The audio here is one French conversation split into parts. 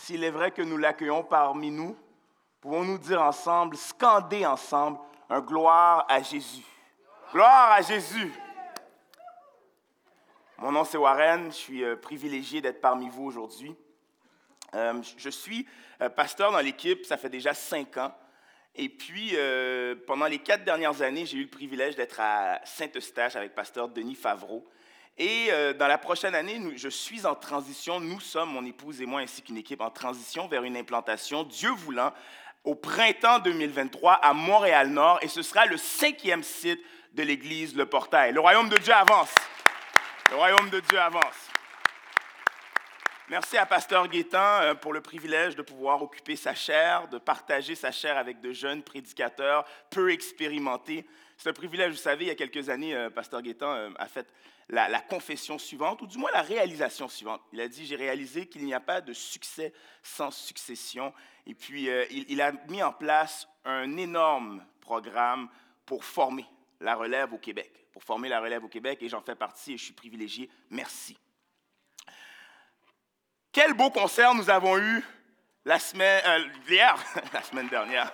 s'il est vrai que nous l'accueillons parmi nous, pouvons-nous dire ensemble, scander ensemble, un gloire à Jésus. Gloire à Jésus! Mon nom c'est Warren, je suis privilégié d'être parmi vous aujourd'hui. Je suis pasteur dans l'équipe, ça fait déjà 5 ans. Et puis, pendant les 4 dernières années, j'ai eu le privilège d'être à Saint-Eustache avec pasteur Denis Favreau. Et dans la prochaine année, je suis en transition, nous sommes, mon épouse et moi, ainsi qu'une équipe, en transition vers une implantation, Dieu voulant, au printemps 2023 à Montréal-Nord. Et ce sera le 5e site de l'Église Le Portail. Le royaume de Dieu avance. Le royaume de Dieu avance. Merci à pasteur Gaétan pour le privilège de pouvoir occuper sa chaire, de partager sa chaire avec de jeunes prédicateurs peu expérimentés. C'est un privilège, vous savez, il y a quelques années, pasteur Gaétan a fait la confession suivante, ou du moins la réalisation suivante. Il a dit, j'ai réalisé qu'il n'y a pas de succès sans succession. Et puis, il a mis en place un énorme programme pour former la relève au Québec. Et j'en fais partie et je suis privilégié. Merci. Quel beau concert nous avons eu hier, la semaine dernière.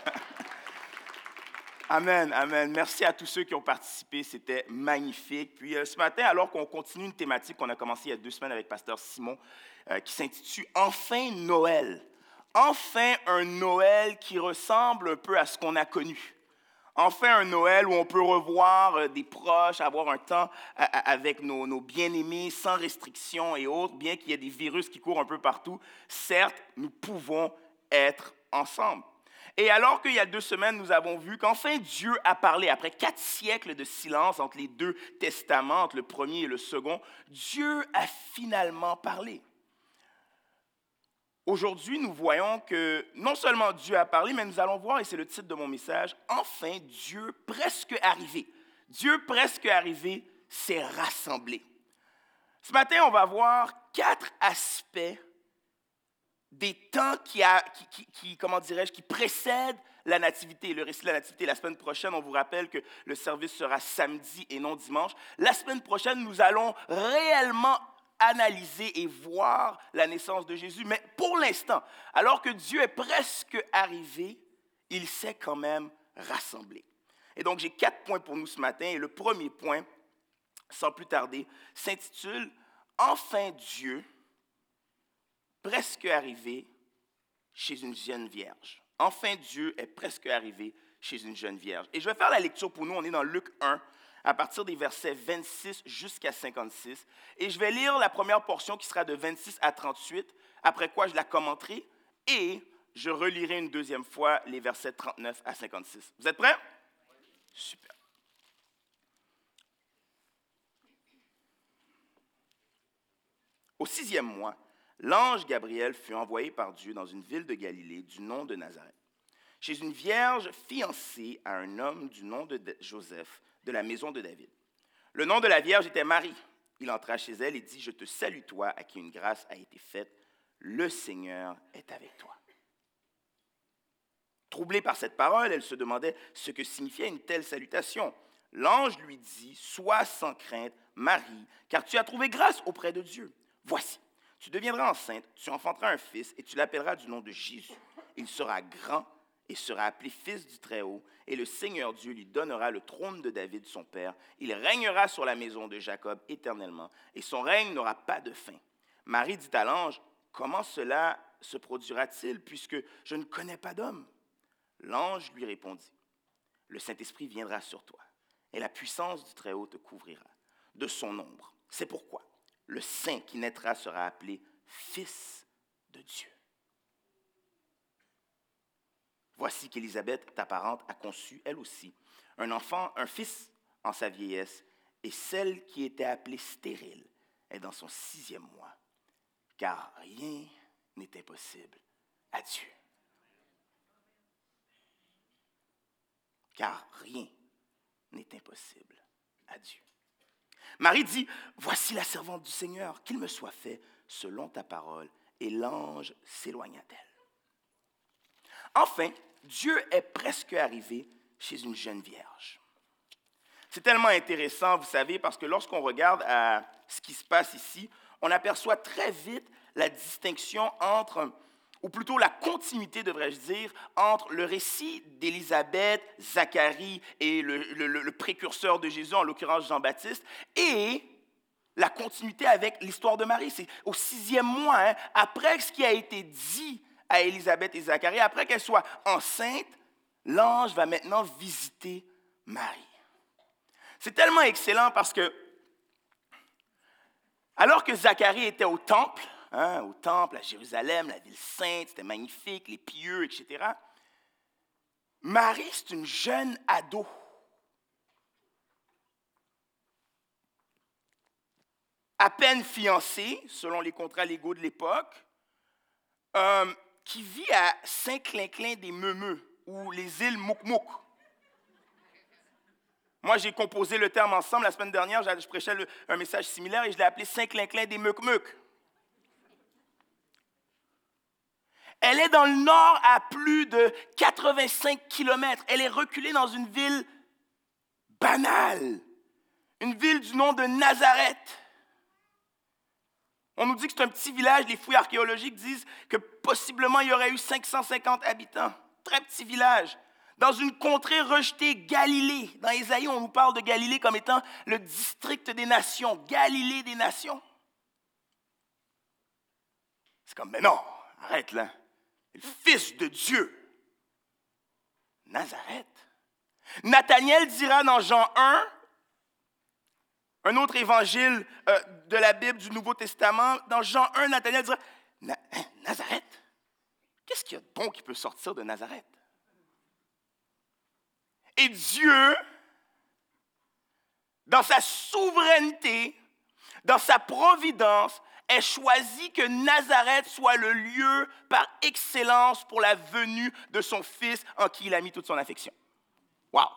Amen, amen. Merci à tous ceux qui ont participé, c'était magnifique. Puis ce matin, alors qu'on continue une thématique qu'on a commencée il y a 2 semaines avec pasteur Simon, qui s'intitule « Enfin Noël ». Enfin un Noël qui ressemble un peu à ce qu'on a connu. Enfin un Noël où on peut revoir des proches, avoir un temps avec nos bien-aimés sans restrictions et autres, bien qu'il y ait des virus qui courent un peu partout. Certes, nous pouvons être ensemble. Et alors qu'il y a 2 semaines, nous avons vu qu'enfin Dieu a parlé, après 4 siècles de silence entre les 2 testaments, entre le premier et le second, Dieu a finalement parlé. Aujourd'hui, nous voyons que non seulement Dieu a parlé, mais nous allons voir, et c'est le titre de mon message, enfin Dieu presque arrivé. Dieu presque arrivé s'est rassemblé. Ce matin, on va voir 4 aspects des temps qui précèdent la nativité. Le récit de la nativité, la semaine prochaine, on vous rappelle que le service sera samedi et non dimanche. La semaine prochaine, nous allons réellement analyser et voir la naissance de Jésus. Mais pour l'instant, alors que Dieu est presque arrivé, il s'est quand même rassemblé. Et donc, j'ai 4 points pour nous ce matin. Et le premier point, sans plus tarder, s'intitule « Enfin Dieu, presque arrivé chez une jeune vierge. » Enfin Dieu est presque arrivé chez une jeune vierge. Et je vais faire la lecture pour nous. On est dans Luc 1. À partir des versets 26 jusqu'à 56. Et je vais lire la première portion qui sera de 26 à 38, après quoi je la commenterai et je relirai une deuxième fois les versets 39 à 56. Vous êtes prêts? Super. Au 6e mois, l'ange Gabriel fut envoyé par Dieu dans une ville de Galilée du nom de Nazareth, chez une vierge fiancée à un homme du nom de Joseph, de la maison de David. Le nom de la Vierge était Marie. Il entra chez elle et dit, « Je te salue, toi, à qui une grâce a été faite. Le Seigneur est avec toi. » Troublée par cette parole, elle se demandait ce que signifiait une telle salutation. L'ange lui dit, « Sois sans crainte, Marie, car tu as trouvé grâce auprès de Dieu. Voici, tu deviendras enceinte, tu enfanteras un fils et tu l'appelleras du nom de Jésus. Il sera grand et sera appelé fils du Très-Haut, et le Seigneur Dieu lui donnera le trône de David, son père. Il régnera sur la maison de Jacob éternellement, et son règne n'aura pas de fin. » Marie dit à l'ange, « Comment cela se produira-t-il, puisque je ne connais pas d'homme? » L'ange lui répondit, « Le Saint-Esprit viendra sur toi, et la puissance du Très-Haut te couvrira de son ombre. C'est pourquoi le Saint qui naîtra sera appelé Fils de Dieu. Voici qu'Élisabeth, ta parente, a conçu, elle aussi, un enfant, un fils en sa vieillesse, et celle qui était appelée stérile est dans son 6e mois, car rien n'est impossible à Dieu. Car rien n'est impossible à Dieu. Marie dit, « Voici la servante du Seigneur, qu'il me soit fait selon ta parole. » Et l'ange s'éloigna d'elle. Enfin, Dieu est presque arrivé chez une jeune vierge. C'est tellement intéressant, vous savez, parce que lorsqu'on regarde à ce qui se passe ici, on aperçoit très vite la distinction entre ou plutôt la continuité, devrais-je dire, entre le récit d'Élisabeth, Zacharie et le précurseur de Jésus, en l'occurrence Jean-Baptiste, et la continuité avec l'histoire de Marie. C'est au 6e mois, après ce qui a été dit à Élisabeth et Zacharie, après qu'elle soit enceinte, l'ange va maintenant visiter Marie. C'est tellement excellent parce que, alors que Zacharie était au temple à Jérusalem, la ville sainte, c'était magnifique, les pieux, etc., Marie, c'est une jeune ado. À peine fiancée, selon les contrats légaux de l'époque, qui vit à Saint-Clinclin-des-Meumeux, ou les îles Moukmouk. Moi, j'ai composé le terme ensemble. La semaine dernière, je prêchais un message similaire et je l'ai appelé Saint-Clinclin-des-Meukmeuk. Elle est dans le nord à plus de 85 kilomètres. Elle est reculée dans une ville banale, une ville du nom de Nazareth. On nous dit que c'est un petit village. Les fouilles archéologiques disent que possiblement il y aurait eu 550 habitants. Très petit village. Dans une contrée rejetée, Galilée. Dans Ésaïe, on nous parle de Galilée comme étant le district des nations, Galilée des nations. C'est comme, mais non, arrête là. Le Fils de Dieu. Nazareth. Nathanaël dira dans Jean 1, un autre évangile de la Bible du Nouveau Testament, dans Jean 1, Nathanaël dira, Nazareth? Qu'est-ce qu'il y a de bon qui peut sortir de Nazareth? Et Dieu, dans sa souveraineté, dans sa providence, ait choisi que Nazareth soit le lieu par excellence pour la venue de son Fils en qui il a mis toute son affection. Wow!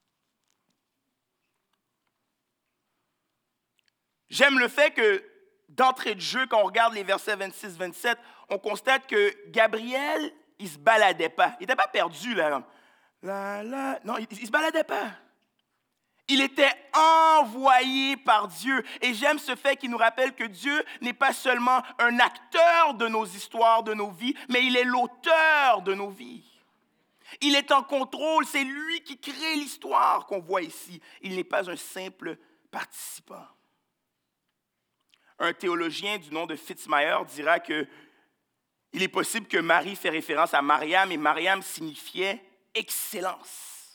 J'aime le fait que, d'entrée de jeu, quand on regarde les versets 26-27, on constate que Gabriel, il ne se baladait pas. Il n'était pas perdu, là. Non, il ne se baladait pas. Il était envoyé par Dieu. Et j'aime ce fait qu'il nous rappelle que Dieu n'est pas seulement un acteur de nos histoires, de nos vies, mais il est l'auteur de nos vies. Il est en contrôle, c'est lui qui crée l'histoire qu'on voit ici. Il n'est pas un simple participant. Un théologien du nom de Fitzmyer dira qu'il est possible que Marie fait référence à Mariam, et Mariam signifiait excellence.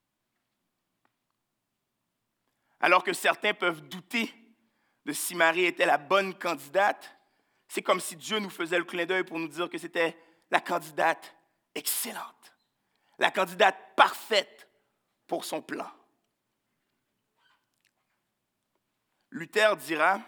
Alors que certains peuvent douter de si Marie était la bonne candidate, c'est comme si Dieu nous faisait le clin d'œil pour nous dire que c'était la candidate excellente, la candidate parfaite pour son plan. Luther dira,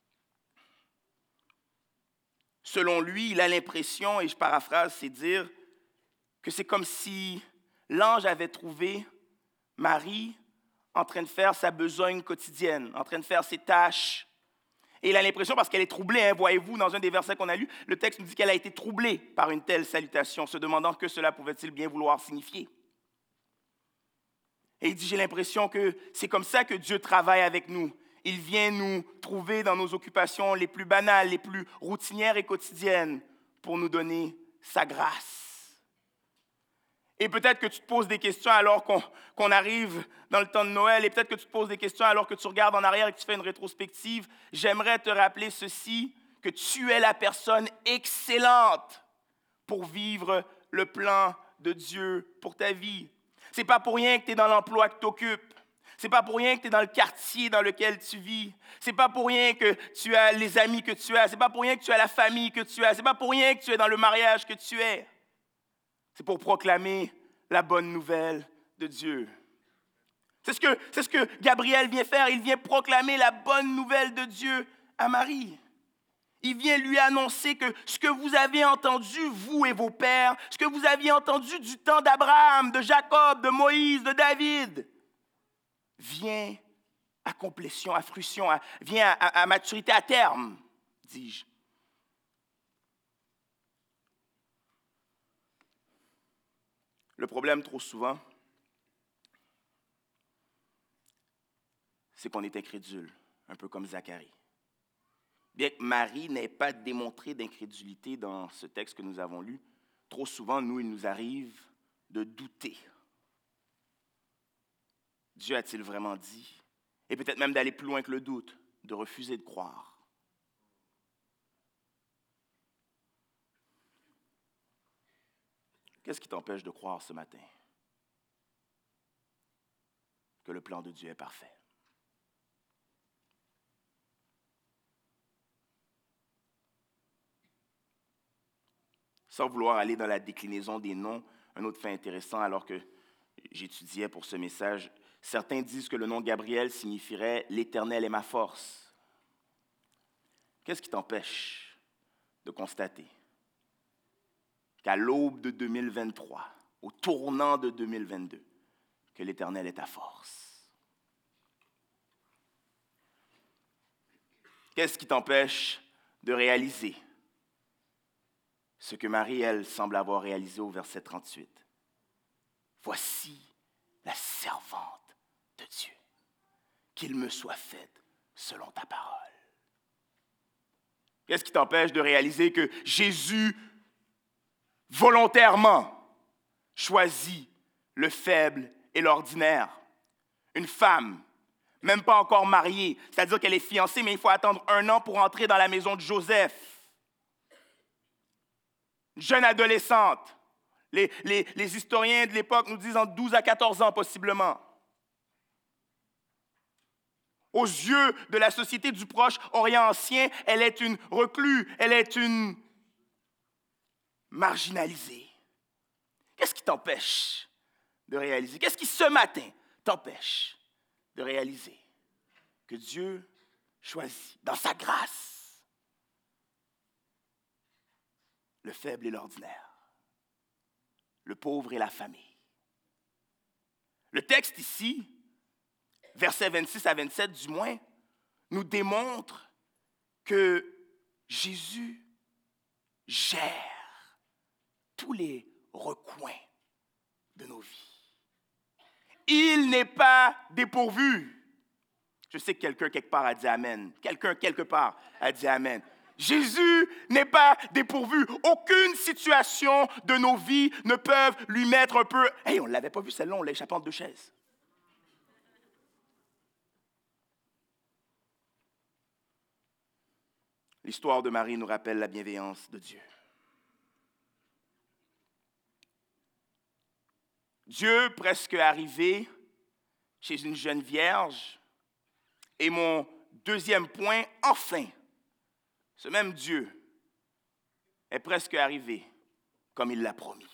selon lui, il a l'impression, et je paraphrase, c'est dire que c'est comme si l'ange avait trouvé Marie en train de faire sa besogne quotidienne, en train de faire ses tâches. Et il a l'impression, parce qu'elle est troublée, voyez-vous, dans un des versets qu'on a lu, le texte nous dit qu'elle a été troublée par une telle salutation, se demandant que cela pouvait-il bien vouloir signifier. Et il dit, j'ai l'impression que c'est comme ça que Dieu travaille avec nous. Il vient nous trouver dans nos occupations les plus banales, les plus routinières et quotidiennes pour nous donner sa grâce. Et peut-être que tu te poses des questions alors qu'on arrive dans le temps de Noël, et peut-être que tu te poses des questions alors que tu regardes en arrière et que tu fais une rétrospective. J'aimerais te rappeler ceci, que tu es la personne excellente pour vivre le plan de Dieu pour ta vie. Ce n'est pas pour rien que tu es dans l'emploi que tu occupes. C'est pas pour rien que tu es dans le quartier dans lequel tu vis. C'est pas pour rien que tu as les amis que tu as. C'est pas pour rien que tu as la famille que tu as. C'est pas pour rien que tu es dans le mariage que tu es. C'est pour proclamer la bonne nouvelle de Dieu. C'est ce que Gabriel vient faire. Il vient proclamer la bonne nouvelle de Dieu à Marie. Il vient lui annoncer que ce que vous avez entendu, vous et vos pères, ce que vous aviez entendu du temps d'Abraham, de Jacob, de Moïse, de David, vient à complétion, à fruition, vient à maturité, à terme, dis-je. Le problème, trop souvent, c'est qu'on est incrédule, un peu comme Zacharie. Bien que Marie n'ait pas démontré d'incrédulité dans ce texte que nous avons lu, trop souvent, nous, il nous arrive de douter. Dieu a-t-il vraiment dit? Et peut-être même d'aller plus loin que le doute, de refuser de croire. Qu'est-ce qui t'empêche de croire ce matin? Que le plan de Dieu est parfait. Sans vouloir aller dans la déclinaison des noms, un autre fait intéressant alors que j'étudiais pour ce message, certains disent que le nom Gabriel signifierait « l'Éternel est ma force ». Qu'est-ce qui t'empêche de constater qu'à l'aube de 2023, au tournant de 2022, que l'Éternel est ta force? Qu'est-ce qui t'empêche de réaliser ce que Marie, elle, semble avoir réalisé au verset 38? Voici la servante de Dieu, qu'il me soit fait selon ta parole. Qu'est-ce qui t'empêche de réaliser que Jésus, volontairement, choisit le faible et l'ordinaire? Une femme, même pas encore mariée, c'est-à-dire qu'elle est fiancée, mais il faut attendre 1 an pour entrer dans la maison de Joseph. Jeune adolescente. Les historiens de l'époque nous disent entre 12 à 14 ans possiblement. Aux yeux de la société du Proche-Orient ancien, elle est une recluse, elle est une marginalisée. Qu'est-ce qui t'empêche de réaliser? Qu'est-ce qui ce matin t'empêche de réaliser que Dieu choisit dans sa grâce le faible et l'ordinaire, le pauvre et la famille? Le texte ici, versets 26 à 27 du moins, nous démontre que Jésus gère tous les recoins de nos vies. Il n'est pas dépourvu. Je sais que quelqu'un quelque part a dit Amen. Quelqu'un quelque part a dit Amen. Jésus n'est pas dépourvu. Aucune situation de nos vies ne peut lui mettre un peu... Hey, on ne l'avait pas vu celle-là, on l'a échappé entre 2 chaises. L'histoire de Marie nous rappelle la bienveillance de Dieu. Dieu, presque arrivé chez une jeune vierge, et mon deuxième point, enfin, ce même Dieu est presque arrivé comme il l'a promis.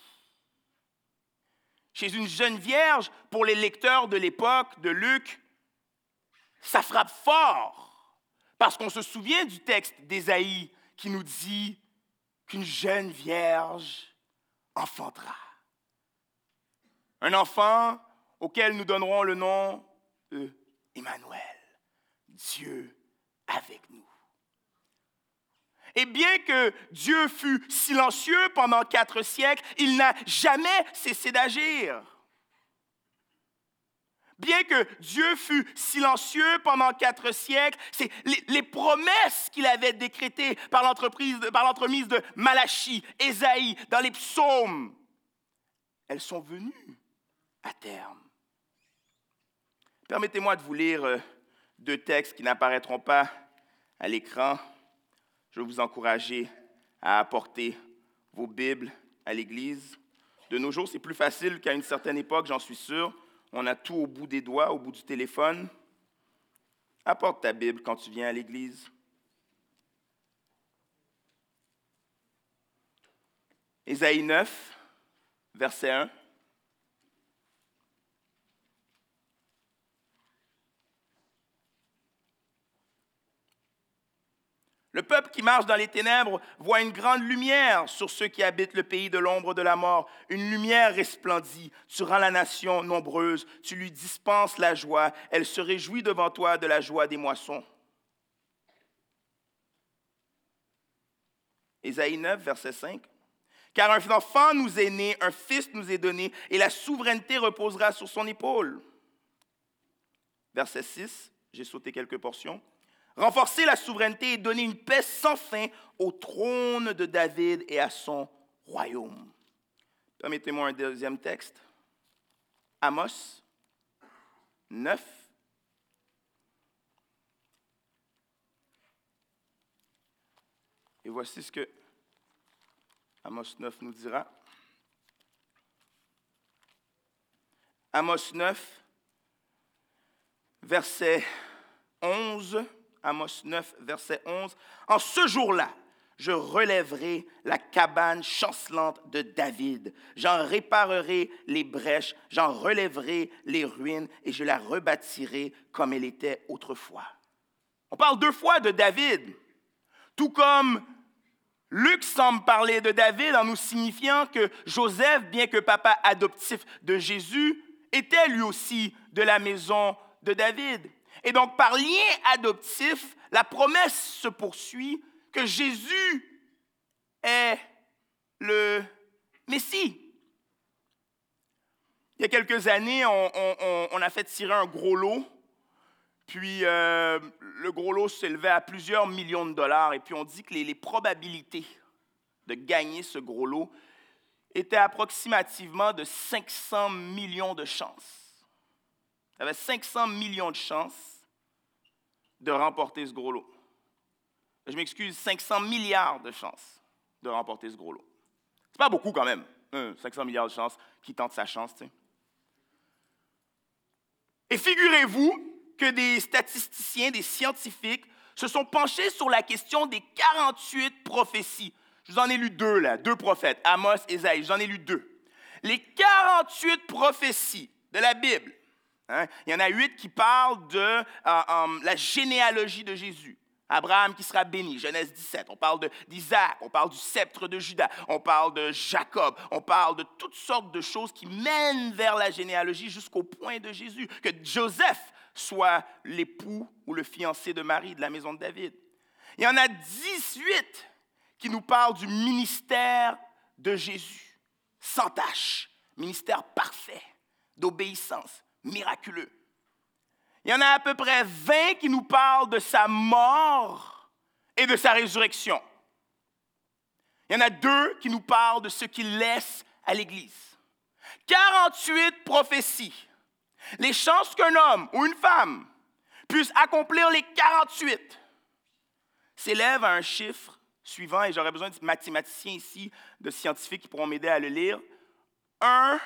Chez une jeune vierge, pour les lecteurs de l'époque de Luc, ça frappe fort, parce qu'on se souvient du texte d'Ésaïe qui nous dit qu'une jeune vierge enfantera. Un enfant auquel nous donnerons le nom d'Emmanuel, Dieu avec nous. Et bien que Dieu fut silencieux pendant 4 siècles, il n'a jamais cessé d'agir. Bien que Dieu fût silencieux pendant 4 siècles, c'est les promesses qu'il avait décrétées par l'entremise de Malachie, Ésaïe, dans les psaumes, elles sont venues à terme. Permettez-moi de vous lire 2 textes qui n'apparaîtront pas à l'écran. Je vais vous encourager à apporter vos Bibles à l'Église. De nos jours, c'est plus facile qu'à une certaine époque, j'en suis sûr. On a tout au bout des doigts, au bout du téléphone. Apporte ta Bible quand tu viens à l'Église. Ésaïe 9, verset 1. Le peuple qui marche dans les ténèbres voit une grande lumière sur ceux qui habitent le pays de l'ombre de la mort. Une lumière resplendit. Tu rends la nation nombreuse. Tu lui dispenses la joie. Elle se réjouit devant toi de la joie des moissons. Ésaïe 9, verset 5. Car un enfant nous est né, un fils nous est donné, et la souveraineté reposera sur son épaule. Verset 6, j'ai sauté quelques portions. renforcer la souveraineté et donner une paix sans fin au trône de David et à son royaume. Permettez-moi un deuxième texte. Amos 9. Et voici ce que Amos 9 nous dira. Amos 9, verset 11. Amos 9, verset 11. En ce jour-là, je relèverai la cabane chancelante de David. J'en réparerai les brèches, j'en relèverai les ruines et je la rebâtirai comme elle était autrefois. On parle deux fois de David, tout comme Luc semble parler de David en nous signifiant que Joseph, bien que papa adoptif de Jésus, était lui aussi de la maison de David. Et donc, par lien adoptif, la promesse se poursuit que Jésus est le Messie. Il y a quelques années, on a fait tirer un gros lot. Puis, le gros lot s'élevait à plusieurs millions de dollars. Et puis, on dit que les probabilités de gagner ce gros lot étaient approximativement de 500 millions de chances. Il y avait 500 millions de chances de remporter ce gros lot. Je m'excuse, 500 milliards de chances de remporter ce gros lot. C'est pas beaucoup quand même, 500 milliards de chances, qui tente sa chance, tu sais. Et figurez-vous que des statisticiens, des scientifiques, se sont penchés sur la question des 48 prophéties. Je vous en ai lu deux, là, deux prophètes, Amos et Ésaïe, j'en ai lu deux. Les 48 prophéties de la Bible, hein, il y en a 8 qui parlent de la généalogie de Jésus. Abraham qui sera béni, Genèse 17. On parle d'Isaac, on parle du sceptre de Juda, on parle de Jacob, on parle de toutes sortes de choses qui mènent vers la généalogie jusqu'au point de Jésus. Que Joseph soit l'époux ou le fiancé de Marie de la maison de David. Il y en a 18 qui nous parlent du ministère de Jésus, sans tache, ministère parfait, d'obéissance, miraculeux. Il y en a à peu près 20 qui nous parlent de sa mort et de sa résurrection. Il y en a 2 qui nous parlent de ce qu'il laisse à l'Église. 48 prophéties. Les chances qu'un homme ou une femme puisse accomplir les 48 s'élèvent à un chiffre suivant, et j'aurais besoin de mathématiciens ici, de scientifiques qui pourront m'aider à le lire. 1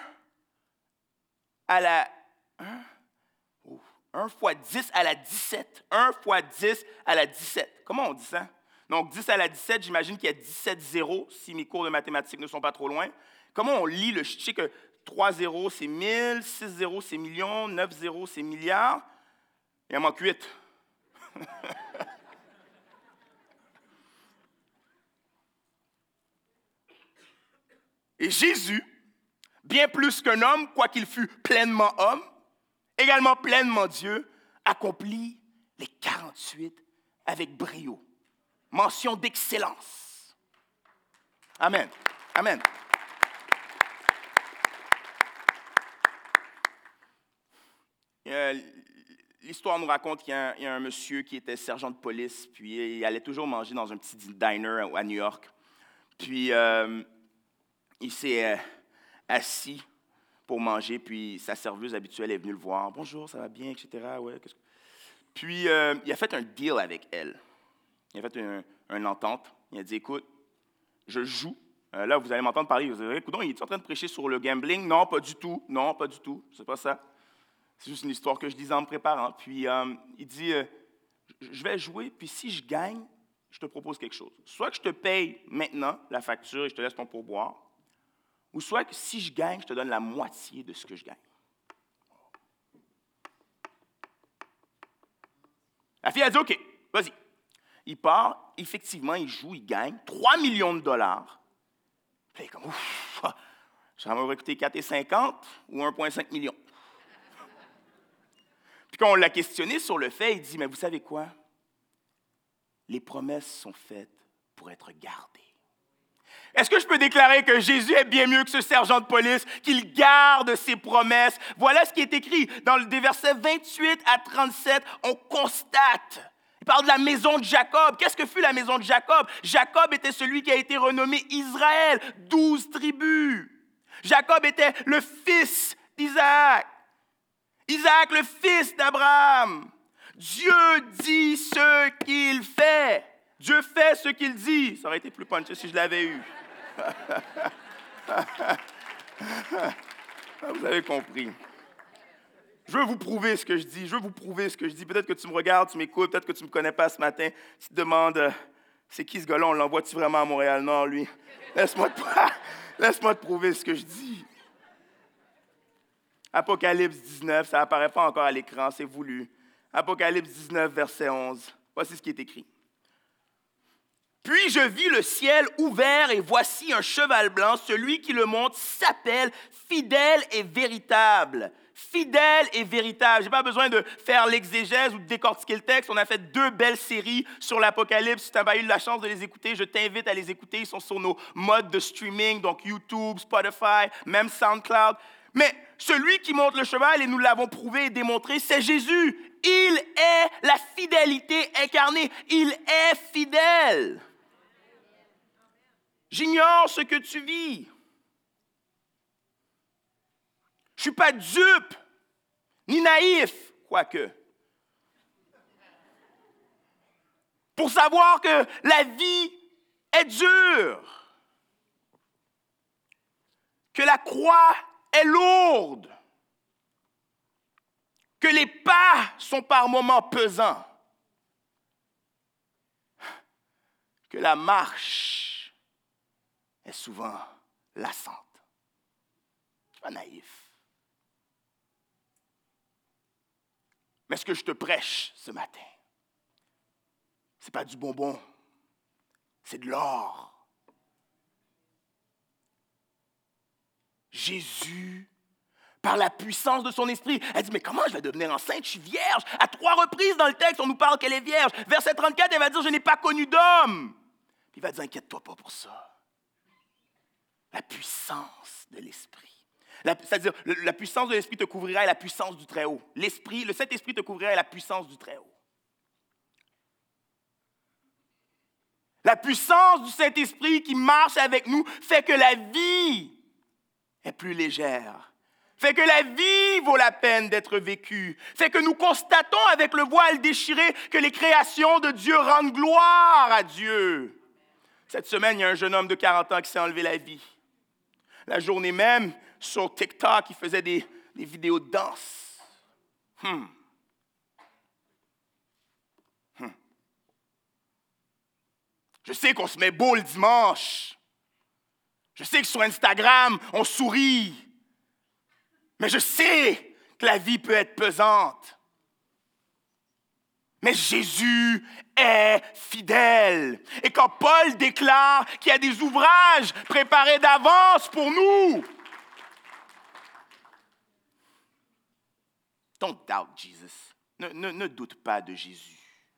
fois 10 à la 17. 1 fois 10 à la 17. Comment on dit ça? Donc, 10 à la 17, j'imagine qu'il y a 17 zéros, si mes cours de mathématiques ne sont pas trop loin. Comment on lit le chiffre? Je sais que 3 zéros, c'est 1000, 6 zéros, c'est millions, 9 zéros, c'est milliards. Il en manque 8. Et Jésus, bien plus qu'un homme, quoiqu'il fût pleinement homme, également pleinement Dieu, accomplit les 48 avec brio. Mention d'excellence. Amen. Amen. L'histoire nous raconte qu'il y a un monsieur qui était sergent de police, puis il allait toujours manger dans un petit diner à New York. Puis il s'est assis pour manger, puis sa serveuse habituelle est venue le voir. « Bonjour, ça va bien, etc. Ouais, Puis, il a fait un deal avec elle. Il a fait une entente. Il a dit, « Écoute, je joue. Là, vous allez m'entendre parler. Vous allez dire, écoute, il est en train de prêcher sur le gambling? Non, pas du tout. Non, pas du tout. C'est pas ça. C'est juste une histoire que je disais en me préparant. Puis, il dit, je vais jouer, puis si je gagne, je te propose quelque chose. Soit que je te paye maintenant la facture et je te laisse ton pourboire, ou soit que si je gagne, je te donne la moitié de ce que je gagne. » La fille a dit, « OK, vas-y. » Il part, effectivement, il joue, il gagne 3 millions de dollars. Puis il est comme, ouf, ça m'aurait coûté 4,50 ou 1,5 million. Puis quand on l'a questionné sur le fait, il dit, « Mais vous savez quoi? Les promesses sont faites pour être gardées. » Est-ce que je peux déclarer que Jésus est bien mieux que ce sergent de police, qu'il garde ses promesses? Voilà ce qui est écrit dans des versets 28 à 37. On constate Il parle de la maison de Jacob. Qu'est-ce que fut la maison de Jacob? Jacob était celui qui a été renommé Israël, 12 tribus. Jacob était le fils d'Isaac. Isaac, le fils d'Abraham. Dieu dit ce qu'il fait. Dieu fait ce qu'il dit. Ça aurait été plus punché si je l'avais eu. Vous avez compris. Je veux vous prouver ce que je dis. Peut-être que tu me regardes, tu m'écoutes, peut-être que tu ne me connais pas ce matin. Tu te demandes, c'est qui ce gars-là? On l'envoie-tu vraiment à Montréal-Nord, lui? Laisse-moi te prouver ce que je dis. Apocalypse 19, ça n'apparaît pas encore à l'écran, c'est voulu. Apocalypse 19, verset 11. Voici ce qui est écrit. Puis je vis le ciel ouvert et voici un cheval blanc. Celui qui le monte s'appelle Fidèle et Véritable. Fidèle et véritable. Je n'ai pas besoin de faire l'exégèse ou de décortiquer le texte. On a fait 2 belles séries sur l'Apocalypse. Si tu n'as pas eu la chance de les écouter, je t'invite à les écouter. Ils sont sur nos modes de streaming, donc YouTube, Spotify, même SoundCloud. Mais celui qui monte le cheval, et nous l'avons prouvé et démontré, c'est Jésus. Il est la fidélité incarnée. Il est fidèle. J'ignore ce que tu vis. Je ne suis pas dupe, ni naïf, quoique. Pour savoir que la vie est dure, que la croix est lourde, que les pas sont par moments pesants, que la marche est souvent lassante. Je ne suis pas naïf. Mais ce que je te prêche ce matin, ce n'est pas du bonbon, c'est de l'or. Jésus, par la puissance de son esprit, elle dit, mais comment je vais devenir enceinte? Je suis vierge. À 3 reprises dans le texte, on nous parle qu'elle est vierge. Verset 34, elle va dire, je n'ai pas connu d'homme. Puis il va dire, inquiète-toi pas pour ça. La puissance de l'esprit. C'est-à-dire, la puissance de l'Esprit te couvrira et la puissance du Très-Haut. Le Saint-Esprit te couvrira et la puissance du Très-Haut. La puissance du Saint-Esprit qui marche avec nous fait que la vie est plus légère. Fait que la vie vaut la peine d'être vécue. Fait que nous constatons avec le voile déchiré que les créations de Dieu rendent gloire à Dieu. Cette semaine, il y a un jeune homme de 40 ans qui s'est enlevé la vie. La journée même, sur TikTok, il faisait des vidéos de danse. Je sais qu'on se met beau le dimanche. Je sais que sur Instagram, on sourit. Mais je sais que la vie peut être pesante. Mais Jésus est fidèle. Et quand Paul déclare qu'il y a des ouvrages préparés d'avance pour nous, don't doubt Jesus. Ne doute pas de Jésus.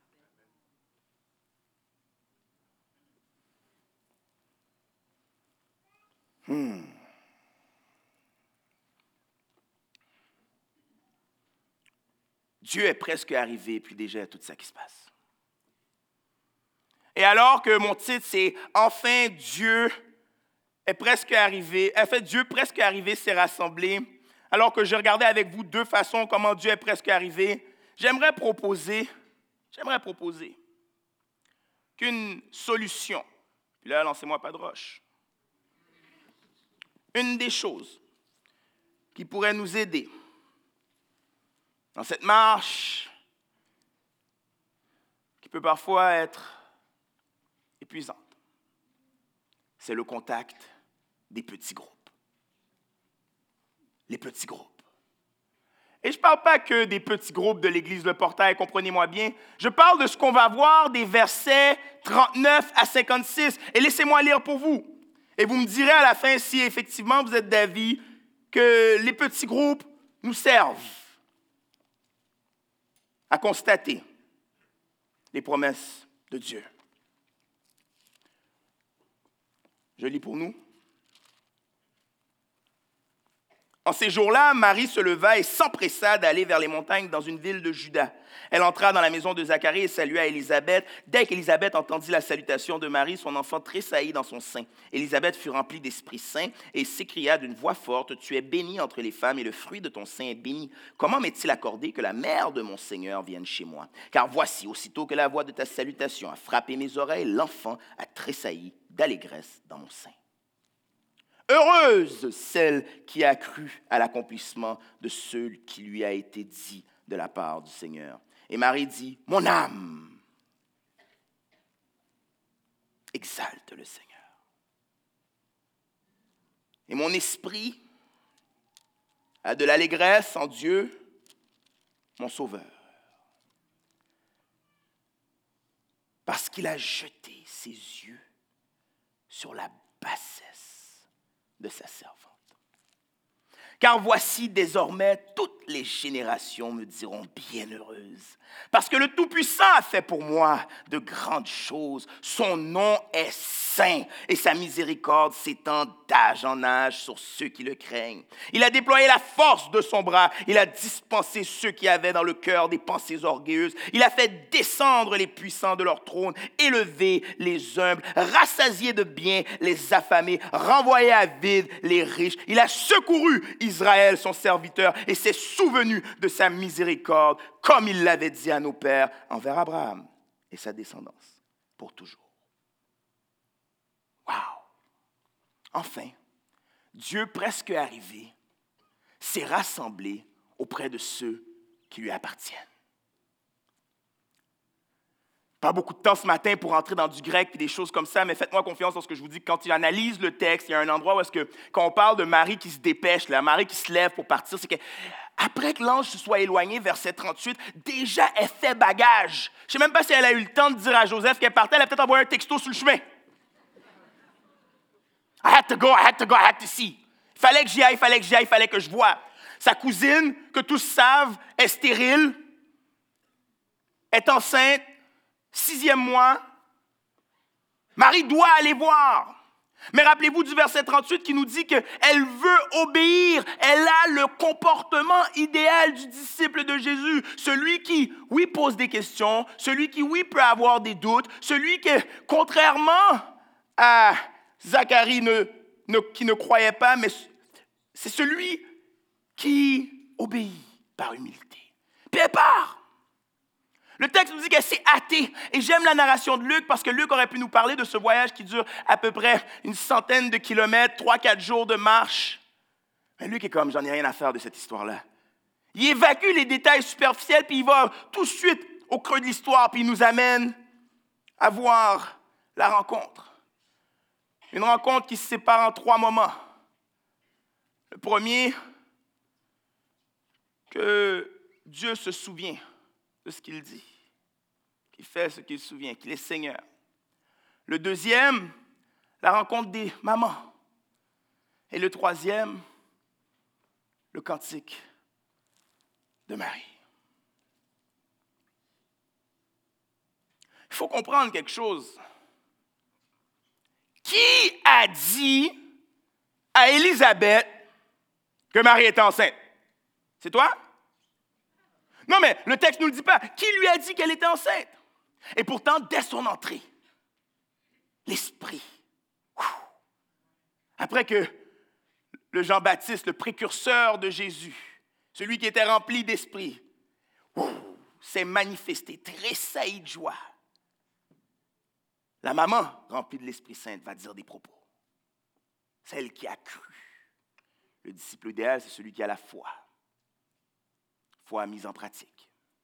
Dieu est presque arrivé, puis déjà il y a tout ça qui se passe. Et alors que mon titre, c'est « Enfin Dieu est presque arrivé », en fait, Dieu presque arrivé s'est rassemblé, alors que je regardais avec vous 2 façons comment Dieu est presque arrivé, j'aimerais proposer qu'une solution, puis là, lancez-moi pas de roche, une des choses qui pourrait nous aider dans cette marche qui peut parfois être épuisante, c'est le contact des petits groupes. Les petits groupes. Et je ne parle pas que des petits groupes de l'Église Le Portail, comprenez-moi bien. Je parle de ce qu'on va voir des versets 39 à 56. Et laissez-moi lire pour vous. Et vous me direz à la fin si effectivement vous êtes d'avis que les petits groupes nous servent à constater les promesses de Dieu. Je lis pour nous. En ces jours-là, Marie se leva et s'empressa d'aller vers les montagnes dans une ville de Juda. Elle entra dans la maison de Zacharie et salua Élisabeth. Dès qu'Élisabeth entendit la salutation de Marie, son enfant tressaillit dans son sein. Élisabeth fut remplie d'Esprit Saint et s'écria d'une voix forte, « Tu es bénie entre les femmes et le fruit de ton sein est béni. Comment m'est-il accordé que la mère de mon Seigneur vienne chez moi? Car voici, aussitôt que la voix de ta salutation a frappé mes oreilles, l'enfant a tressailli d'allégresse dans mon sein. » Heureuse celle qui a cru à l'accomplissement de ce qui lui a été dit de la part du Seigneur. Et Marie dit, « Mon âme exalte le Seigneur. Et mon esprit a de l'allégresse en Dieu, mon Sauveur. Parce qu'il a jeté ses yeux sur la bassesse de sa servante. Car voici désormais toutes les générations me diront bienheureuse, parce que le Tout-Puissant a fait pour moi de grandes choses. Son nom est saint et sa miséricorde s'étend d'âge en âge sur ceux qui le craignent. Il a déployé la force de son bras, il a dispensé ceux qui avaient dans le cœur des pensées orgueilleuses. Il a fait descendre les puissants de leur trône, élevé les humbles, rassasié de biens les affamés, renvoyé à vide les riches. Il a secouru Israël, son serviteur, et s'est souvenu de sa miséricorde, comme il l'avait dit à nos pères, envers Abraham et sa descendance, pour toujours. Wow! Enfin, Dieu presque arrivé s'est rassemblé auprès de ceux qui lui appartiennent. Pas beaucoup de temps ce matin pour entrer dans du grec et des choses comme ça, mais faites-moi confiance lorsque je vous dis que quand il analyse le texte, il y a un endroit où est-ce que, quand on parle de Marie qui se dépêche, la Marie qui se lève pour partir, c'est qu'après que l'ange se soit éloigné, verset 38, déjà elle fait bagage. Je ne sais même pas si elle a eu le temps de dire à Joseph qu'elle partait, elle a peut-être envoyé un texto sur le chemin. I had to go, I had to see. Il fallait que j'y aille, il fallait que je voie. Sa cousine, que tous savent, est stérile, est enceinte, 6e mois. Marie doit aller voir. Mais rappelez-vous du verset 38 qui nous dit qu'elle veut obéir. Elle a le comportement idéal du disciple de Jésus. Celui qui, oui, pose des questions. Celui qui, oui, peut avoir des doutes. Celui qui, contrairement à Zacharie qui ne croyait pas, mais c'est celui qui obéit par humilité. Puis elle part. Le texte nous dit qu'elle s'est hâtée. Et j'aime la narration de Luc parce que Luc aurait pu nous parler de ce voyage qui dure à peu près une centaine de kilomètres, 3-4 jours de marche. Mais Luc est comme, j'en ai rien à faire de cette histoire-là. Il évacue les détails superficiels, puis il va tout de suite au creux de l'histoire, puis il nous amène à voir la rencontre. Une rencontre qui se sépare en 3 moments. Le premier, que Dieu se souvient de ce qu'il dit, qu'il fait ce qu'il se souvient, qu'il est Seigneur. Le deuxième, la rencontre des mamans. Et le troisième, le cantique de Marie. Il faut comprendre quelque chose. Qui a dit à Élisabeth que Marie était enceinte? C'est toi? Non, mais le texte ne nous le dit pas. Qui lui a dit qu'elle était enceinte? Et pourtant, dès son entrée, l'Esprit, après que le Jean-Baptiste, le précurseur de Jésus, celui qui était rempli d'Esprit, s'est manifesté, tressailli de joie. La maman, remplie de l'Esprit Saint, va dire des propos. Celle qui a cru. Le disciple idéal, c'est celui qui a la foi. Foi mise en pratique.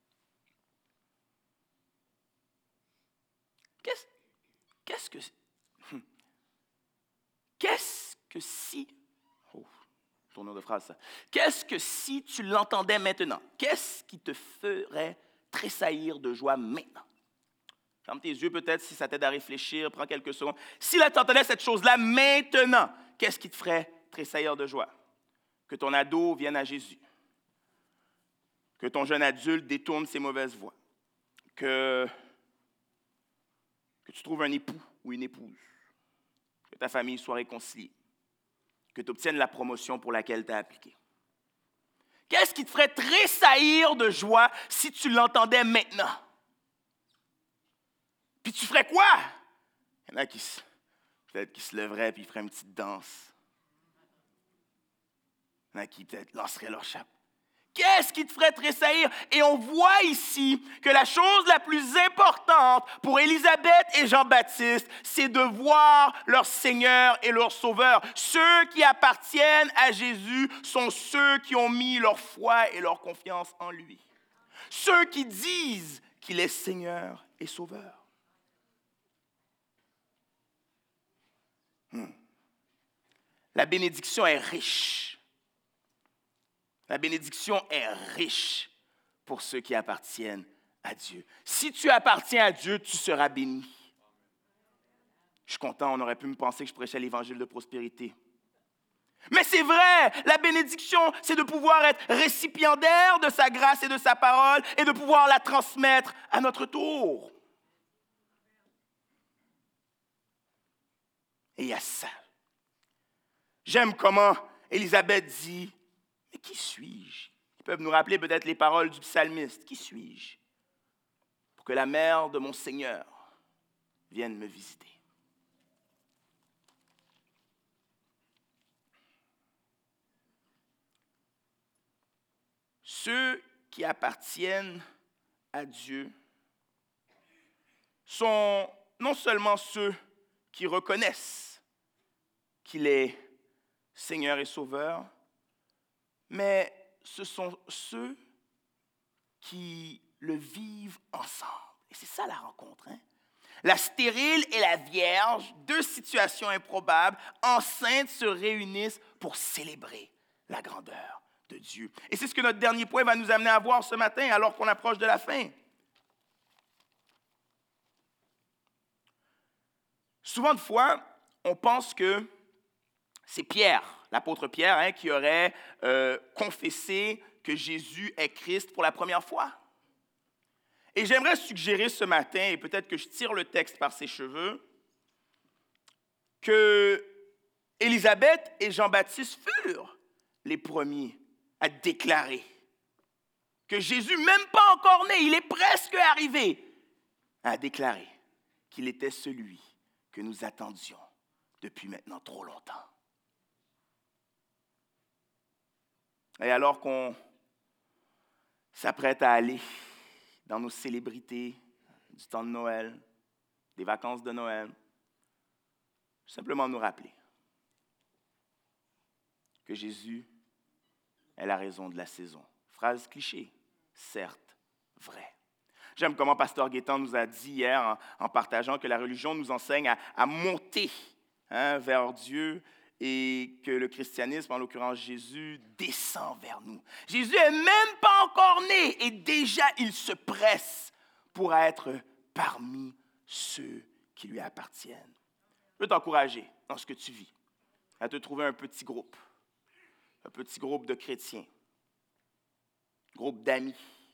Qu'est-ce que si... Oh, tournure de phrase, ça. Qu'est-ce que si tu l'entendais maintenant? Qu'est-ce qui te ferait tressaillir de joie maintenant? Ferme tes yeux peut-être si ça t'aide à réfléchir, prends quelques secondes. Si là tu entendais cette chose-là maintenant, qu'est-ce qui te ferait tressaillir de joie? Que ton ado vienne à Jésus. Que ton jeune adulte détourne ses mauvaises voies. Que tu trouves un époux ou une épouse. Que ta famille soit réconciliée. Que tu obtiennes la promotion pour laquelle tu as appliqué. Qu'est-ce qui te ferait tressaillir de joie si tu l'entendais maintenant? Puis tu ferais quoi? Il y en a peut-être qui se leveraient et feraient une petite danse. Il y en a qui peut-être lanceraient leur chape. Qu'est-ce qui te ferait tressaillir? Et on voit ici que la chose la plus importante pour Élisabeth et Jean-Baptiste, c'est de voir leur Seigneur et leur Sauveur. Ceux qui appartiennent à Jésus sont ceux qui ont mis leur foi et leur confiance en lui. Ceux qui disent qu'il est Seigneur et Sauveur. La bénédiction est riche. La bénédiction est riche pour ceux qui appartiennent à Dieu. Si tu appartiens à Dieu, tu seras béni. Je suis content, on aurait pu me penser que je prêchais l'évangile de prospérité. Mais c'est vrai, la bénédiction, c'est de pouvoir être récipiendaire de sa grâce et de sa parole et de pouvoir la transmettre à notre tour. Et il y a ça. J'aime comment Élisabeth dit, mais qui suis-je? Ils peuvent nous rappeler peut-être les paroles du psalmiste. Qui suis-je? Pour que la mère de mon Seigneur vienne me visiter. Ceux qui appartiennent à Dieu sont non seulement ceux qui reconnaissent qu'il est Seigneur et Sauveur, mais ce sont ceux qui le vivent ensemble. Et c'est ça la rencontre. La stérile et la vierge, deux situations improbables, enceintes, se réunissent pour célébrer la grandeur de Dieu. Et c'est ce que notre dernier point va nous amener à voir ce matin, alors qu'on approche de la fin. Souvent de fois, on pense que c'est Pierre, l'apôtre Pierre, qui aurait confessé que Jésus est Christ pour la première fois. Et j'aimerais suggérer ce matin, et peut-être que je tire le texte par ses cheveux, que Élisabeth et Jean-Baptiste furent les premiers à déclarer que Jésus, même pas encore né, il est presque arrivé, à déclarer qu'il était celui que nous attendions depuis maintenant trop longtemps. Et alors qu'on s'apprête à aller dans nos célébrités du temps de Noël, des vacances de Noël, simplement nous rappeler que Jésus est la raison de la saison. Phrase cliché, certes vraie. J'aime comment Pasteur Gaétan nous a dit hier en partageant que la religion nous enseigne à monter vers Dieu et que le christianisme, en l'occurrence Jésus, descend vers nous. Jésus n'est même pas encore né et déjà il se presse pour être parmi ceux qui lui appartiennent. Je veux t'encourager dans ce que tu vis, à te trouver un petit groupe de chrétiens, groupe d'amis,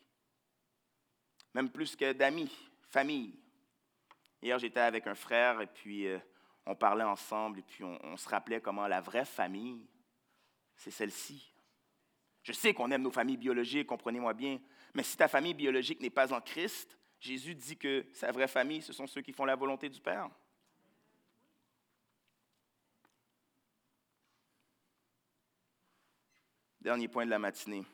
même plus que d'amis, famille. Hier, j'étais avec un frère et puis on parlait ensemble et puis on se rappelait comment la vraie famille, c'est celle-ci. Je sais qu'on aime nos familles biologiques, comprenez-moi bien, mais si ta famille biologique n'est pas en Christ, Jésus dit que sa vraie famille, ce sont ceux qui font la volonté du Père. Dernier point de la matinée.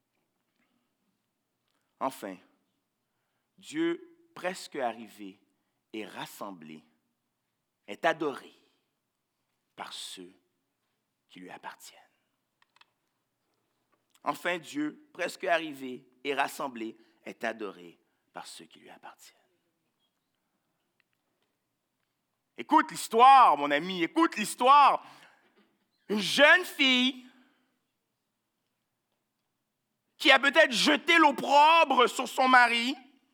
Enfin, Dieu, presque arrivé et rassemblé, est adoré par ceux qui lui appartiennent. Enfin, Dieu, presque arrivé et rassemblé, est adoré par ceux qui lui appartiennent. Écoute l'histoire, mon ami, écoute l'histoire. Une jeune fille qui a peut-être jeté l'opprobre sur son mari,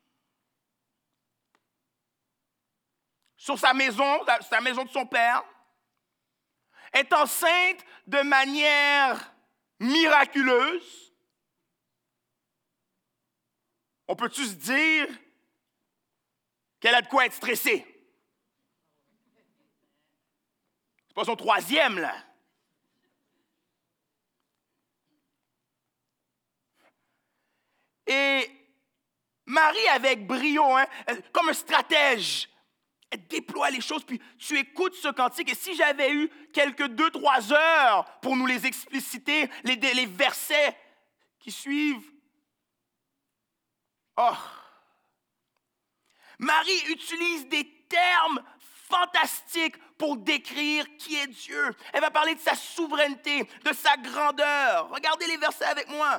sur sa maison de son père, est enceinte de manière miraculeuse. On peut-tu se dire qu'elle a de quoi être stressée? C'est pas son troisième, là. Marie, avec brio, comme un stratège, elle déploie les choses, puis tu écoutes ce cantique. Et si j'avais eu quelques 2-3 heures pour nous les expliciter, les versets qui suivent, oh! Marie utilise des termes fantastiques pour décrire qui est Dieu. Elle va parler de sa souveraineté, de sa grandeur. Regardez les versets avec moi.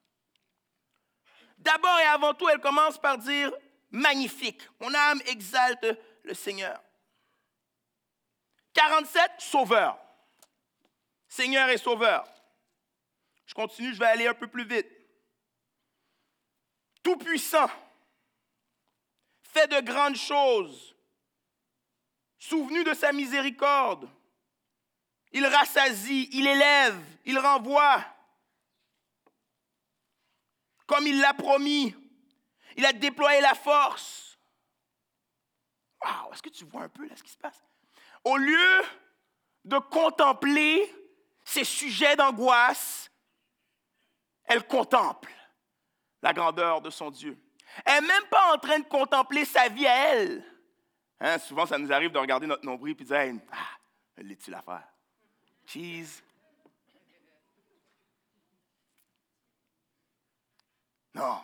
D'abord et avant tout, elle commence par dire « magnifique ». Mon âme exalte le Seigneur. 47, sauveur. Seigneur et sauveur. Je continue, je vais aller un peu plus vite. Tout-puissant. Fait de grandes choses, souvenu de sa miséricorde, il rassasie, il élève, il renvoie, comme il l'a promis, il a déployé la force. Wow, est-ce que tu vois un peu là ce qui se passe? Au lieu de contempler ses sujets d'angoisse, elle contemple la grandeur de son Dieu. Elle n'est même pas en train de contempler sa vie à elle. Souvent, ça nous arrive de regarder notre nombril et de dire hey, « l'est-il l'affaire? Cheese. » Non.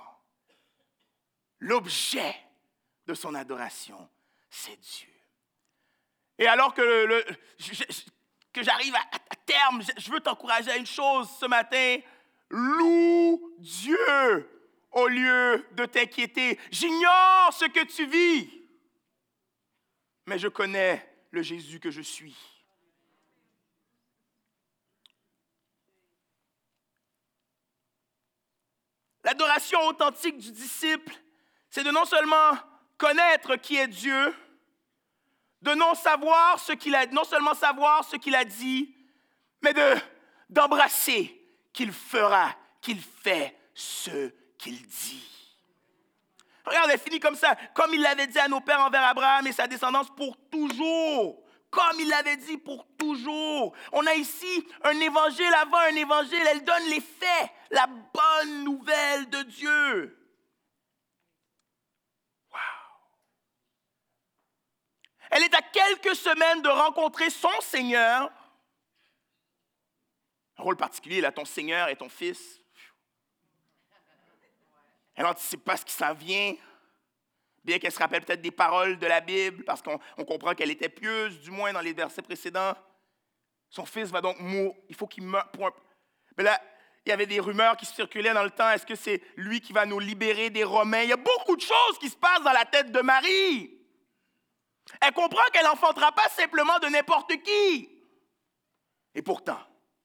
L'objet de son adoration, c'est Dieu. Et alors que, que j'arrive à terme, je veux t'encourager à une chose ce matin. Loue Dieu au lieu de t'inquiéter. J'ignore ce que tu vis, mais je connais le Jésus que je suis. L'adoration authentique du disciple, c'est de non seulement connaître qui est Dieu, de non seulement savoir ce qu'il a dit, mais d'embrasser qu'il fera, qu'il fait ce qu'il dit. Regarde, elle finit comme ça. Comme il l'avait dit à nos pères envers Abraham et sa descendance pour toujours. Comme il l'avait dit pour toujours. On a ici un évangile avant un évangile. Elle donne les faits, la bonne nouvelle de Dieu. Wow. Elle est à quelques semaines de rencontrer son Seigneur. Un rôle particulier, là, ton Seigneur et ton Fils. Elle n'anticipe pas ce qui s'en vient, bien qu'elle se rappelle peut-être des paroles de la Bible, parce qu'on comprend qu'elle était pieuse, du moins dans les versets précédents. Son fils va donc mourir, il faut qu'il meure. Mais là, il y avait des rumeurs qui circulaient dans le temps. Est-ce que c'est lui qui va nous libérer des Romains? Il y a beaucoup de choses qui se passent dans la tête de Marie. Elle comprend qu'elle n'enfantera pas simplement de n'importe qui. Et pourtant,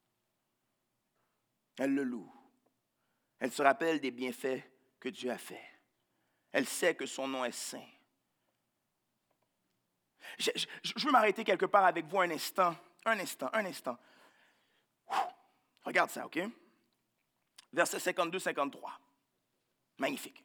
elle le loue. Elle se rappelle des bienfaits que Dieu a fait. Elle sait que son nom est saint. Je veux m'arrêter quelque part avec vous un instant. Regarde ça, OK? Versets 52-53. Magnifique.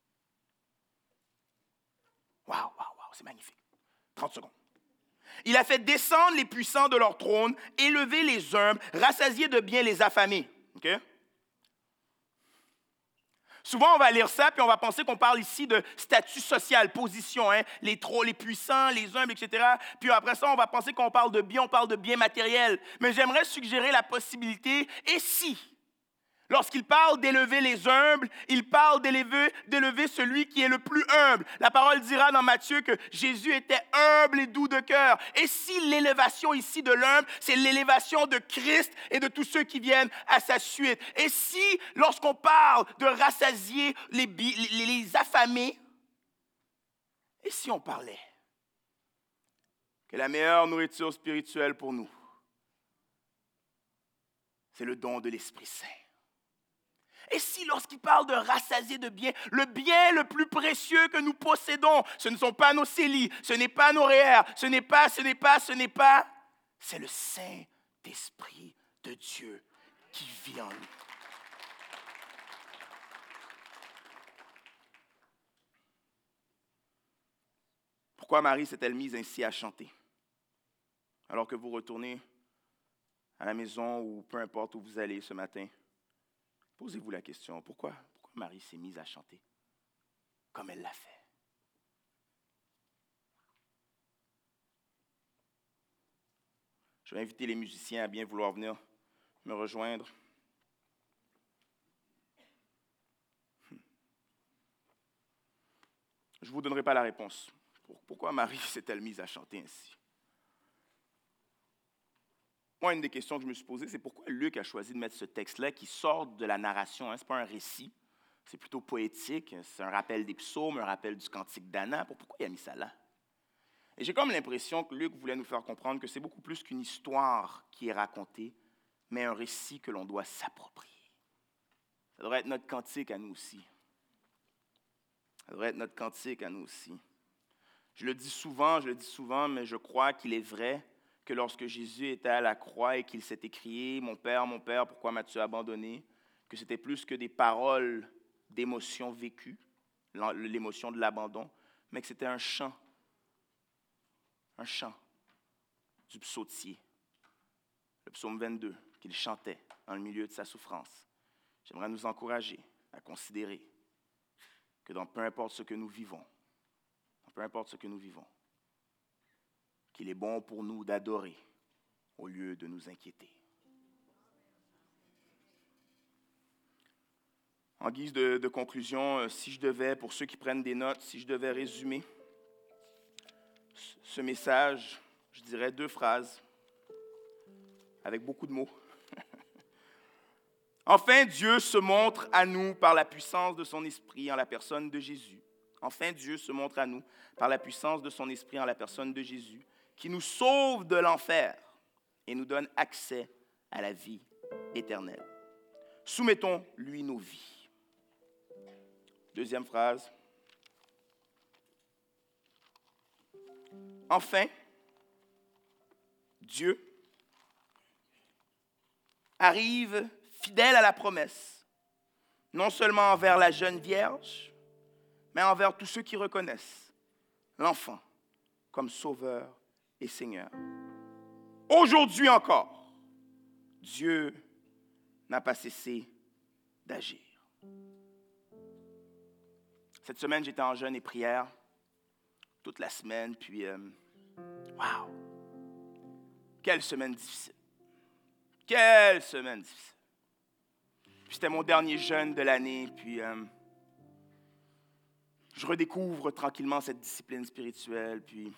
Waouh, c'est magnifique. 30 secondes. Il a fait descendre les puissants de leur trône, élever les humbles, rassasier de biens les affamés. OK? Souvent, on va lire ça, puis on va penser qu'on parle ici de statut social, position, les puissants, les humbles, etc. Puis après ça, on va penser qu'on parle de biens, on parle de biens matériels. Mais j'aimerais suggérer la possibilité, et si, lorsqu'il parle d'élever les humbles, il parle d'élever celui qui est le plus humble. La parole dira dans Matthieu que Jésus était humble et doux de cœur. Et si l'élévation ici de l'humble, c'est l'élévation de Christ et de tous ceux qui viennent à sa suite. Et si, lorsqu'on parle de rassasier les affamés, et si on parlait que la meilleure nourriture spirituelle pour nous, c'est le don de l'Esprit Saint. Et si, lorsqu'il parle de rassasier de biens, le bien le plus précieux que nous possédons, ce ne sont pas nos célis, ce n'est pas nos REER, ce n'est pas, c'est le Saint-Esprit de Dieu qui vit en nous. Pourquoi Marie s'est-elle mise ainsi à chanter? Alors que vous retournez à la maison ou peu importe où vous allez ce matin, posez-vous la question, pourquoi Marie s'est mise à chanter? comme elle l'a fait. Je vais inviter les musiciens à bien vouloir venir me rejoindre. Je ne vous donnerai pas la réponse. Pourquoi Marie s'est-elle mise à chanter ainsi? Moi, une des questions que je me suis posée, c'est pourquoi Luc a choisi de mettre ce texte-là qui sort de la narration. Ce n'est pas un récit, c'est plutôt poétique. C'est un rappel des psaumes, un rappel du cantique d'Anna. Pourquoi il a mis ça là? Et j'ai comme l'impression que Luc voulait nous faire comprendre que c'est beaucoup plus qu'une histoire qui est racontée, mais un récit que l'on doit s'approprier. Ça devrait être notre cantique à nous aussi. Ça devrait être notre cantique à nous aussi. Je le dis souvent, mais je crois qu'il est vrai que lorsque Jésus était à la croix et qu'il s'est écrié « Mon Père, pourquoi m'as-tu abandonné ?» que c'était plus que des paroles d'émotions vécues, l'émotion de l'abandon, mais que c'était un chant du psautier, le psaume 22, qu'il chantait dans le milieu de sa souffrance. J'aimerais nous encourager à considérer que dans peu importe ce que nous vivons, qu'il est bon pour nous d'adorer au lieu de nous inquiéter. En guise de conclusion, pour ceux qui prennent des notes, si je devais résumer ce message, je dirais 2 phrases avec beaucoup de mots. Enfin, Dieu se montre à nous par la puissance de son esprit en la personne de Jésus. Enfin, Dieu se montre à nous par la puissance de son esprit en la personne de Jésus, qui nous sauve de l'enfer et nous donne accès à la vie éternelle. Soumettons-lui nos vies. 2e phrase. Enfin, Dieu arrive fidèle à la promesse, non seulement envers la jeune vierge, mais envers tous ceux qui reconnaissent l'enfant comme sauveur et Seigneur. Aujourd'hui encore, Dieu n'a pas cessé d'agir. Cette semaine, j'étais en jeûne et prière toute la semaine, puis wow! Quelle semaine difficile! Quelle semaine difficile! Puis c'était mon dernier jeûne de l'année, puis je redécouvre tranquillement cette discipline spirituelle, puis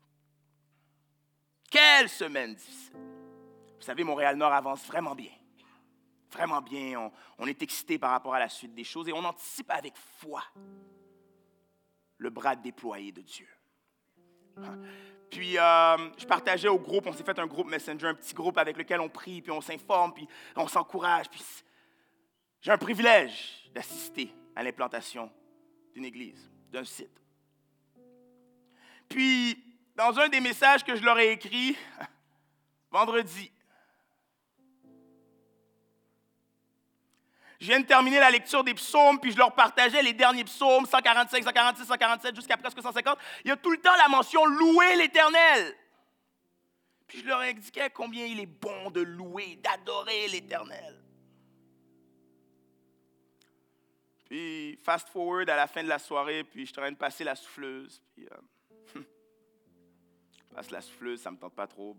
quelle semaine difficile! Vous savez, Montréal-Nord avance vraiment bien. Vraiment bien. On est excité par rapport à la suite des choses et on anticipe avec foi le bras déployé de Dieu. Puis, je partageais au groupe, on s'est fait un groupe Messenger, un petit groupe avec lequel on prie, puis on s'informe, puis on s'encourage. Puis j'ai un privilège d'assister à l'implantation d'une église, d'un site. Puis, dans un des messages que je leur ai écrit, vendredi, je viens de terminer la lecture des psaumes, puis je leur partageais les derniers psaumes, 145, 146, 147, jusqu'à presque 150. Il y a tout le temps la mention « louer l'Éternel ». Puis je leur indiquais combien il est bon de louer, d'adorer l'Éternel. Puis, fast forward à la fin de la soirée, puis je suis en train de passer la souffleuse. Puis, je passe la souffleuse, ça ne me tente pas trop.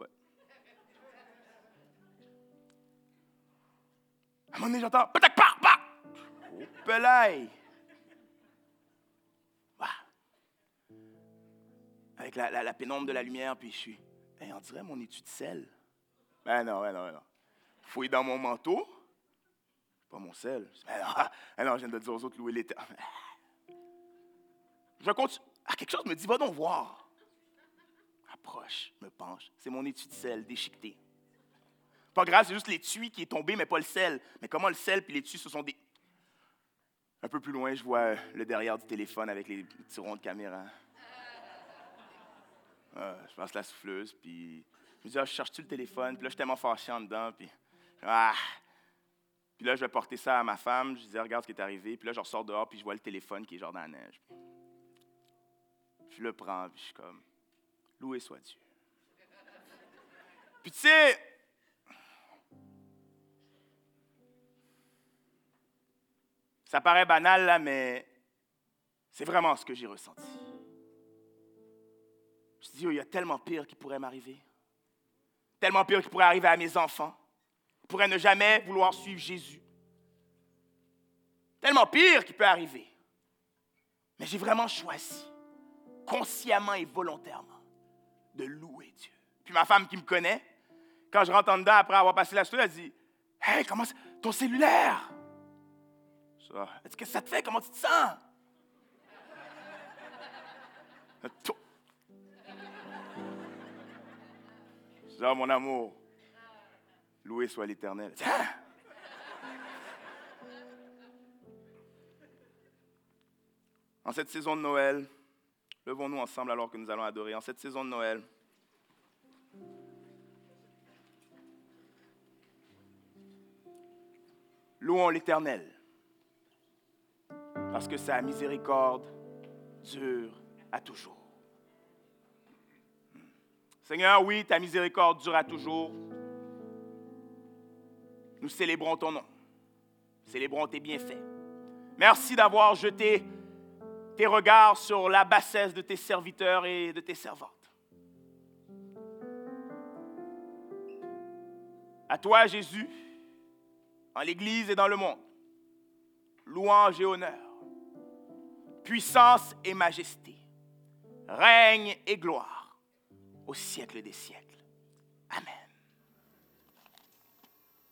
À un moment donné, j'entends « Patac, pa, pa! » Oh, pelaille! Avec la pénombre de la lumière, puis je suis « on dirait mon étui de sel. » Ben non. Fouille dans mon manteau. Pas mon sel. Ben non, je viens de dire aux autres louer l'Éternel. Je continue. Quelque chose me dit, va donc voir. Approche, me penche. C'est mon étui de sel déchiqueté. Pas grave, c'est juste l'étui qui est tombé, mais pas le sel. Mais comment le sel et l'étui, ce sont des... Un peu plus loin, je vois le derrière du téléphone avec les petits ronds de caméra. Je passe la souffleuse, puis je me dis, je cherche-tu le téléphone? Puis là, je suis tellement fâché en dedans, puis... Puis là, je vais porter ça à ma femme. Je dis, regarde ce qui est arrivé. Puis là, je ressors dehors, puis je vois le téléphone qui est genre dans la neige. Je le prends, puis je suis comme, loué soit Dieu. Puis tu sais, ça paraît banal, là, mais C'est vraiment ce que j'ai ressenti. Je me dis, oh, il y a tellement pire qui pourrait m'arriver. Tellement pire qui pourrait arriver à mes enfants. Ils pourraient ne jamais vouloir suivre Jésus. Tellement pire qui peut arriver. Mais j'ai vraiment choisi, consciemment et volontairement, de louer Dieu. Puis ma femme qui me connaît, quand je rentre en dedans après avoir passé la soirée, elle dit, « Hey, comment c'est ton cellulaire? » Ça, elle dit, « Qu'est-ce que ça te fait? Comment tu te sens? » Ça, mon amour, loué soit l'Éternel. Tiens! En cette saison de Noël, levons-nous ensemble alors que nous allons adorer. En cette saison de Noël, louons l'Éternel, parce que sa miséricorde dure à toujours. Seigneur, oui, ta miséricorde dure à toujours. Nous célébrons ton nom. Célébrons tes bienfaits. Merci d'avoir jeté tes regards sur la bassesse de tes serviteurs et de tes servantes. À toi, Jésus, en l'Église et dans le monde, louange et honneur, puissance et majesté, règne et gloire, au siècle des siècles. Amen.